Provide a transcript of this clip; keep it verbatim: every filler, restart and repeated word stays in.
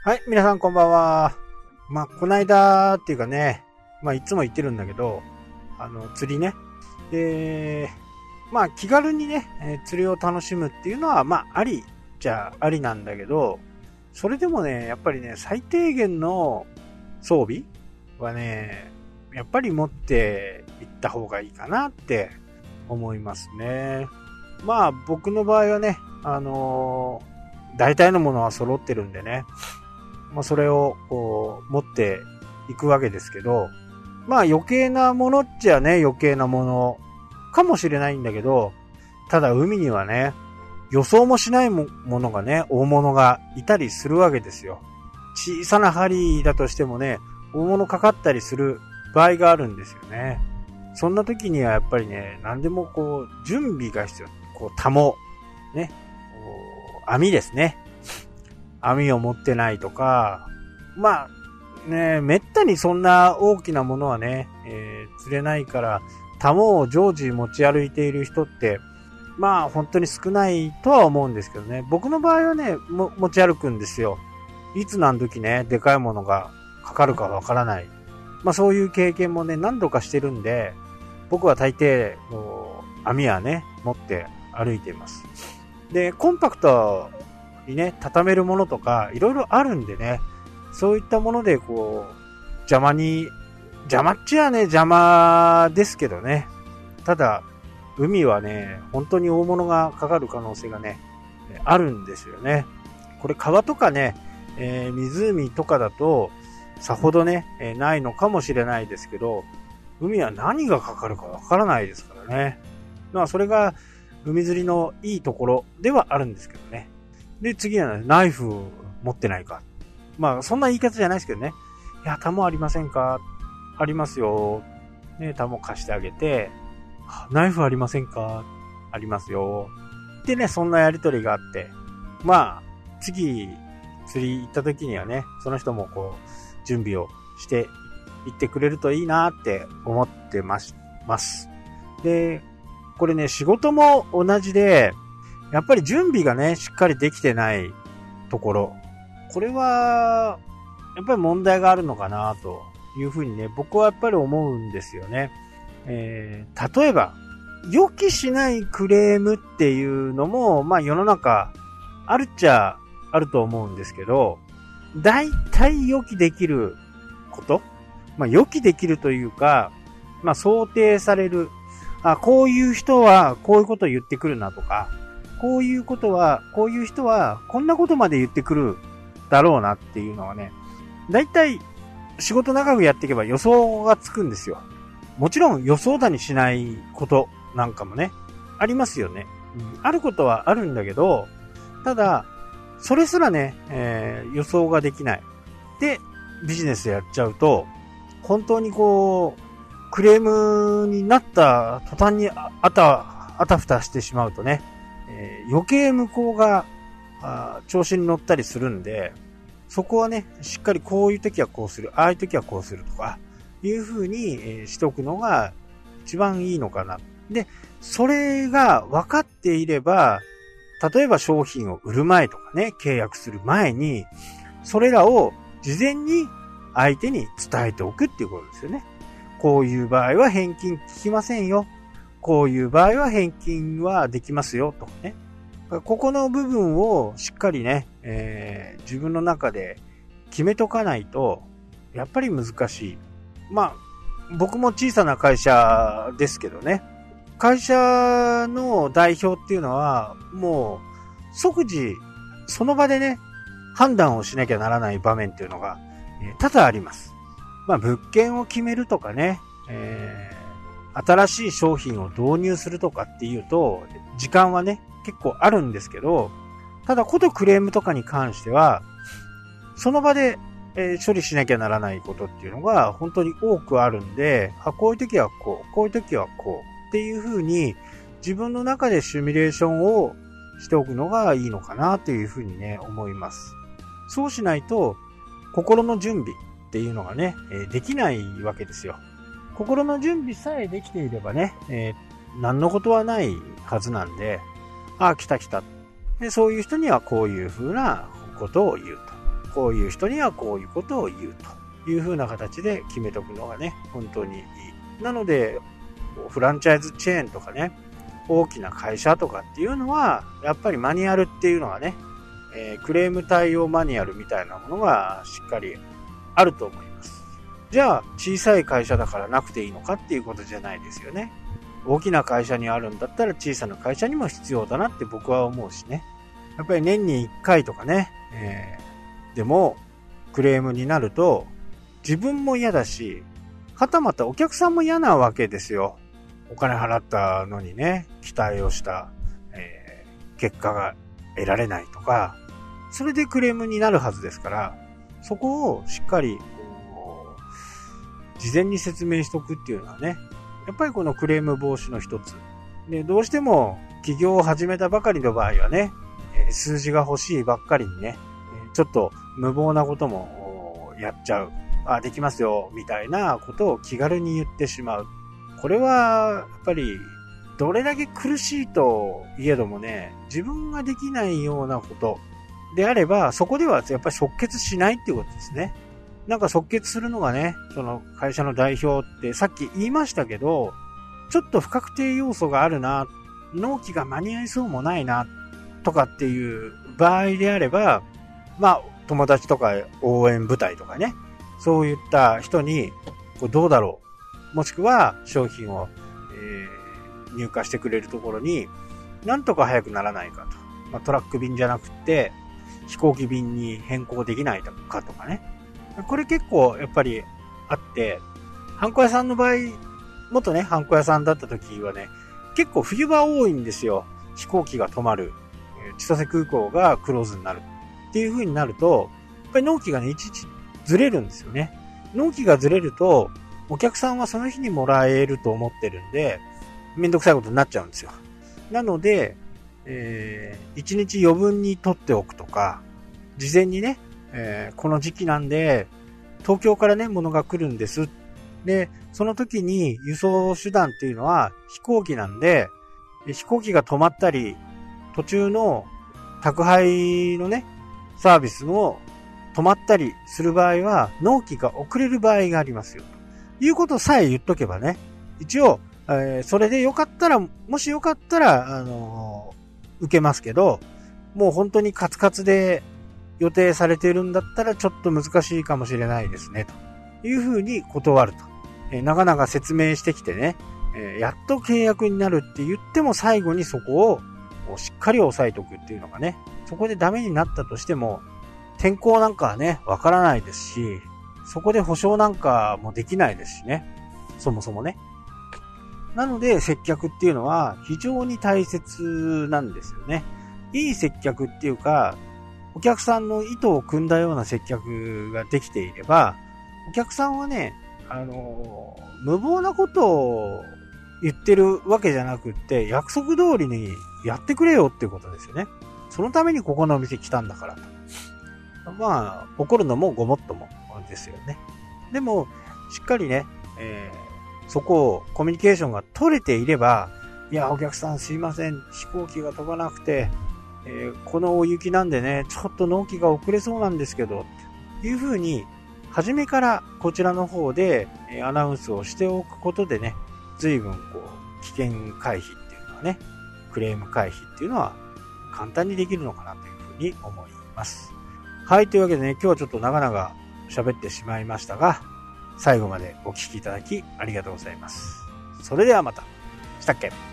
はい、皆さんこんばんは。まあ、こないだっていうかね、まあ、いつも言ってるんだけど、あの、釣りね。で、まあ、気軽にね、えー釣りを楽しむっていうのは、まあ、ありじゃありなんだけど、それでもね、やっぱりね、最低限の装備はね、やっぱり持っていった方がいいかなって思いますね。まあ、僕の場合はね、あのー大体のものは揃ってるんでね、まあ、それをこう持っていくわけですけど、まあ余計なものっちゃね、余計なものかもしれないんだけど、ただ海にはね、予想もしないものがね、大物がいたりするわけですよ。小さな針だとしてもね、大物かかったりする場合があるんですよね。そんな時にはやっぱりね、何でもこう、準備が必要。こう、タモ、ね、こう網ですね。網を持ってないとか、まあ、ね、めったにそんな大きなものはね、えー、釣れないから、タモを常時持ち歩いている人って、まあ本当に少ないとは思うんですけどね。僕の場合はね、も持ち歩くんですよ。いつ何時ね、でかいものがかかるかわからない。まあそういう経験もね、何度かしてるんで、僕は大抵、網はね、持って歩いています。で、コンパクトにね、畳めるものとか、いろいろあるんでね、そういったもので、こう、邪魔に、邪魔っちゃね、邪魔ですけどね。ただ、海はね、本当に大物がかかる可能性がね、あるんですよね。これ川とかね、えー、湖とかだと、さほどね、えー、ないのかもしれないですけど、海は何がかかるかわからないですからね。まあ、それが、海釣りのいいところではあるんですけどね。で、次は、ね、ナイフ持ってないか。まあ、そんな言い方じゃないですけどね。いや、タモありませんか？ありますよ。ね、タモ貸してあげて、ナイフありませんか？ありますよ。でね、そんなやりとりがあって、まあ、次、釣り行った時にはね、その人もこう、準備をして行ってくれるといいなって思ってます。で、これね、仕事も同じで、やっぱり準備がね、しっかりできてないところ。これは、やっぱり問題があるのかなというふうにね、僕はやっぱり思うんですよね。えー、例えば、予期しないクレームっていうのも、まあ世の中あるっちゃあると思うんですけど、大体予期できること、まあ予期できるというか、まあ想定される、あ、こういう人はこういうことを言ってくるなとか、こういうことは、こういう人はこんなことまで言ってくるだろうなっていうのはね、大体仕事長くやっていけば予想がつくんですよ。もちろん予想だにしないことなんかもね、ありますよね。うん、あることはあるんだけど、ただ、それすらね、えー、予想ができない。で、ビジネスやっちゃうと、本当にこう、クレームになった途端にあた、あたふたしてしまうとね、えー、余計向こうがあ調子に乗ったりするんで、そこはね、しっかりこういう時はこうする、ああいう時はこうするとか、いう風に、えー、しておくのが一番いいのかな。で、それが分かっていれば、例えば商品を売る前とかね、契約する前に、それらを事前に相手に伝えておくっていうことですよね。こういう場合は返金聞きませんよ。こういう場合は返金はできますよとかね。ここの部分をしっかりね、えー、自分の中で決めとかないと、やっぱり難しい。まあ、僕も小さな会社ですけどね。会社の代表っていうのは、もう即時、その場でね、判断をしなきゃならない場面っていうのが、えー、多々あります。まあ、物件を決めるとかね、えー、新しい商品を導入するとかっていうと、時間はね、結構あるんですけど、ただことクレームとかに関しては、その場で、えー、処理しなきゃならないことっていうのが本当に多くあるんで、あ、こういう時はこう、こういう時はこうっていう風に自分の中でシミュレーションをしておくのがいいのかなという風にね、思います。そうしないと、心の準備っていうのがね、えー、できないわけですよ。心の準備さえできていればね、えー、何のことはないはずなんで、あ、来た来た。で、そういう人にはこういう風なことを言うと。 こういう人にはこういうことを言うという風な形で決めとくのがね、本当にいい。なので、フランチャイズチェーンとかね、大きな会社とかっていうのは、やっぱりマニュアルっていうのはね、えー、クレーム対応マニュアルみたいなものがしっかりあると思います。じゃあ、小さい会社だからなくていいのかっていうことじゃないですよね。大きな会社にあるんだったら小さな会社にも必要だなって僕は思うしね。やっぱり年にいっかいとかね、えー、でもクレームになると自分も嫌だし、はたまたお客さんも嫌なわけですよ。お金払ったのにね、期待をした、えー、結果が得られないとか、それでクレームになるはずですから、そこをしっかりこう事前に説明しとくっていうのはね、やっぱりこのクレーム防止の一つで、どうしても起業を始めたばかりの場合はね、数字が欲しいばっかりにね、ちょっと無謀なこともやっちゃう、あ、できますよみたいなことを気軽に言ってしまう。これはやっぱりどれだけ苦しいといえどもね、自分ができないようなことであれば、そこではやっぱり即決しないっていうことですね。なんか即決するのがね、その会社の代表ってさっき言いましたけど、ちょっと不確定要素があるな、納期が間に合いそうもないなとかっていう場合であれば、まあ友達とか応援部隊とかね、そういった人にこうどうだろう、もしくは商品を、えー、入荷してくれるところになんとか早くならないかと、まあ、トラック便じゃなくって飛行機便に変更できないかとかね、これ結構やっぱりあって、ハンコ屋さんの場合、元ねハンコ屋さんだった時はね、結構冬場多いんですよ。飛行機が止まる、千歳空港がクローズになるっていう風になると、やっぱり納期がねいちいちずれるんですよね。納期がずれるとお客さんはその日にもらえると思ってるんで、めんどくさいことになっちゃうんですよ。なので、えー、いちにち余分に取っておくとか、事前にね、えー、この時期なんで東京からね物が来るんです。で、その時に輸送手段っていうのは飛行機なんで、飛行機が止まったり、途中の宅配のね、サービスも止まったりする場合は、納期が遅れる場合がありますよ。ということさえ言っとけばね、一応、えー、それでよかったら、もしよかったら、あのー、受けますけど、もう本当にカツカツで予定されているんだったらちょっと難しいかもしれないですね、というふうに断ると。えー、なかなか説明してきてね、えー、やっと契約になるって言っても最後にそこをしっかり押さえとくっていうのがね、そこでダメになったとしても、天候なんかはね、わからないですし、そこで保証なんかもできないですしね。そもそもね。なので、接客っていうのは非常に大切なんですよね。いい接客っていうか、お客さんの意図を組んだような接客ができていれば、お客さんはね、あの、無謀なことを言ってるわけじゃなくって、約束通りにやってくれよっていうことですよね。そのためにここのお店来たんだからと。まあ、怒るのもごもっともですよね。でも、しっかりね、えー、そこをコミュニケーションが取れていれば、いや、お客さんすいません、飛行機が飛ばなくて、えー、この大雪なんでね、ちょっと納期が遅れそうなんですけど、というふうに、初めからこちらの方でアナウンスをしておくことでね、随分こう、危険回避っていうのはね、クレーム回避っていうのは簡単にできるのかなというふうに思います。はい、というわけでね、今日はちょっと長々喋ってしまいましたが、最後までお聞きいただきありがとうございます。それではまた。したっけ？